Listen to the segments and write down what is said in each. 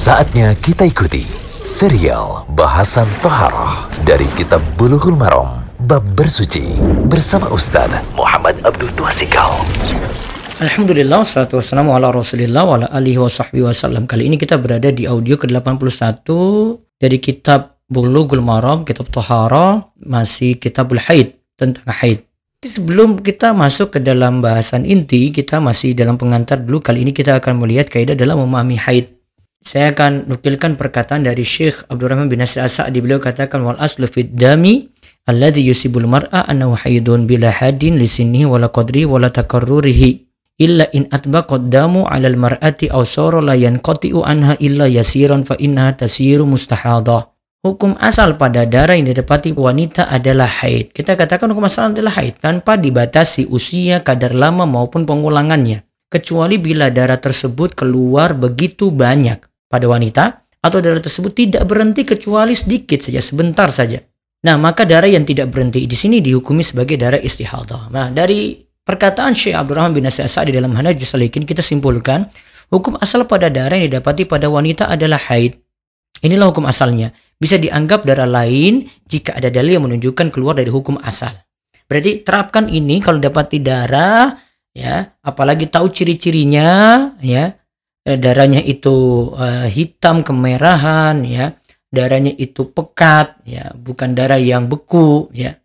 Saatnya kita ikuti serial bahasan Toharoh dari Kitab Bulughul Maram Bab Bersuci bersama Ustaz Muhammad Abdul Twasikal. Alhamdulillah, wassalatu wassalamu ala rasulillah wa ala alihi wa sahbihi wasallam. Kali ini kita berada di audio ke-81 dari Kitab Bulughul Maram, Kitab Toharoh, masih Kitabul Haid, tentang haid. Sebelum kita masuk ke dalam bahasan inti, kita masih dalam pengantar dulu. Kali ini kita akan melihat kaidah dalam memahami haid. Saya akan nukilkan perkataan dari Syekh Abdurrahman bin Nasir As-Sa'di. Beliau katakan, wal aslu fid dami alladhi yusibul mar'a annahu haidun bila hadin li sinnihi wala qadri wala takarrurihi illa in atbaqad damu 'ala al-mar'ati aw sara la yanqati'u anha illa yasiran fa innaha tasiru mustahadah. Hukum asal pada darah yang didapati wanita adalah haid. Kita katakan hukum asal adalah haid tanpa dibatasi usia, kadar lama maupun pengulangannya. Kecuali bila darah tersebut keluar begitu banyak pada wanita atau darah tersebut tidak berhenti kecuali sedikit saja, sebentar saja. Nah, maka darah yang tidak berhenti di sini dihukumi sebagai darah istihadah. Nah, dari perkataan Syekh Abdurrahman bin Nasir As-Sa'di dalam Manhajus Salikin kita simpulkan hukum asal pada darah yang didapati pada wanita adalah haid. Inilah hukum asalnya. Bisa dianggap darah lain jika ada dalil yang menunjukkan keluar dari hukum asal. Berarti terapkan ini kalau dapati darah, ya, apalagi tahu ciri-cirinya, ya, darahnya itu hitam kemerahan, ya, darahnya itu pekat, ya, bukan darah yang beku, ya,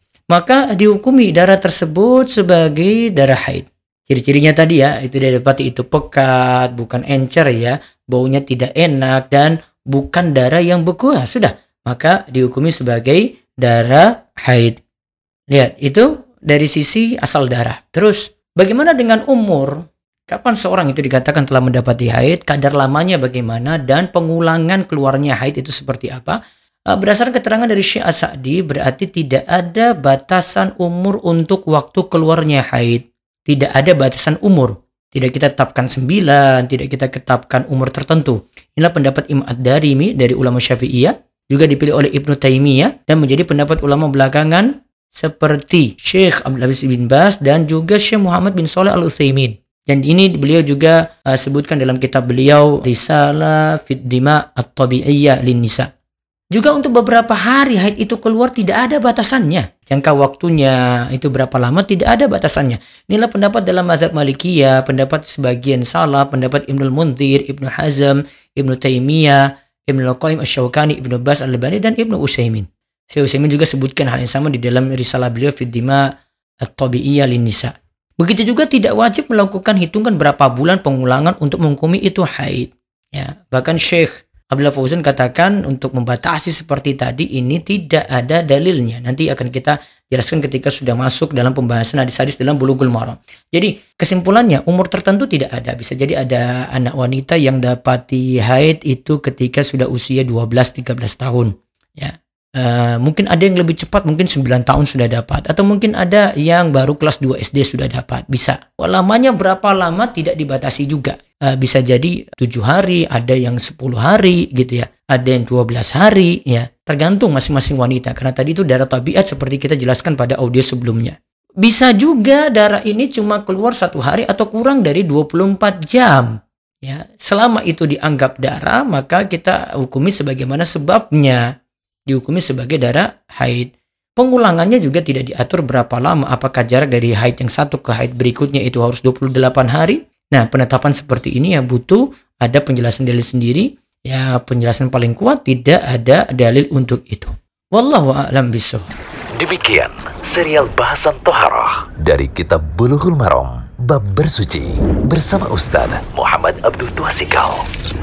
maka dihukumi darah tersebut sebagai darah haid. Ciri-cirinya tadi, ya, itu didapati itu pekat, bukan encer, ya, baunya tidak enak dan bukan darah yang beku, ya, sudah, maka dihukumi sebagai darah haid. Lihat, itu dari sisi asal darah. Terus, bagaimana dengan umur? Kapan seorang itu dikatakan telah mendapati haid? Kadar lamanya bagaimana? Dan pengulangan keluarnya haid itu seperti apa? Berdasarkan keterangan dari Syekh As-Sa'di, berarti tidak ada batasan umur untuk waktu keluarnya haid. Tidak ada batasan umur. Tidak kita tetapkan 9, tidak kita tetapkan umur tertentu. Inilah pendapat Imam Ad-Darimi dari ulama Syafi'iyah, juga dipilih oleh Ibnu Taimiyah dan menjadi pendapat ulama belakangan seperti Syekh Abdul Aziz bin Baz dan juga Syekh Muhammad bin Shalih Al-Utsaimin. Dan ini beliau juga sebutkan dalam kitab beliau Risalah Fid Dima At-Tabi'iyyah Lin-Nisa. Juga untuk beberapa hari haid itu keluar tidak ada batasannya. Jangka waktunya itu berapa lama tidak ada batasannya. Inilah pendapat dalam mazhab Malikiyah, pendapat sebagian salaf, pendapat Ibnul Munzir, Ibnu Hazm, Ibnu Taimiyah, Ibnu Qayyim Asy-Syaukani, Ibnu Baz Al-Albani dan Ibnu Utsaimin. Syekh Utsaimin juga sebutkan hal yang sama di dalam risalah beliau Fid Dima At-Tabi'iyyah Lin-Nisa. Begitu juga tidak wajib melakukan hitungan berapa bulan pengulangan untuk menghukumi itu haid. Ya, bahkan Syekh Abdullah Fauzan katakan untuk membatasi seperti tadi ini tidak ada dalilnya. Nanti akan kita jelaskan ketika sudah masuk dalam pembahasan hadis-hadis dalam Bulughul Maram. Jadi kesimpulannya umur tertentu tidak ada. Bisa jadi ada anak wanita yang dapati haid itu ketika sudah usia 12-13 tahun. Ya. Mungkin ada yang lebih cepat, mungkin 9 tahun sudah dapat. Atau mungkin ada yang baru kelas 2 SD sudah dapat. Bisa. Lamanya berapa lama tidak dibatasi juga. Bisa jadi 7 hari, ada yang 10 hari gitu ya. Ada yang 12 hari ya. Tergantung masing-masing wanita. Karena tadi itu darah tabiat seperti kita jelaskan pada audio sebelumnya. Bisa juga darah ini cuma keluar 1 hari atau kurang dari 24 jam. Ya, selama itu dianggap darah, maka kita hukumi sebagaimana sebabnya. Dihukumi sebagai darah haid. Pengulangannya juga tidak diatur berapa lama. Apakah jarak dari haid yang satu ke haid berikutnya itu harus 28 hari? Nah, penetapan seperti ini ya butuh ada penjelasan dalil sendiri. Ya, penjelasan paling kuat tidak ada dalil untuk itu. Wallahu a'lam bishawab. Demikian serial bahasan Toharoh dari Kitab Bulughul Maram Bab Bersuci bersama Ustaz Muhammad Abdul Twasikal.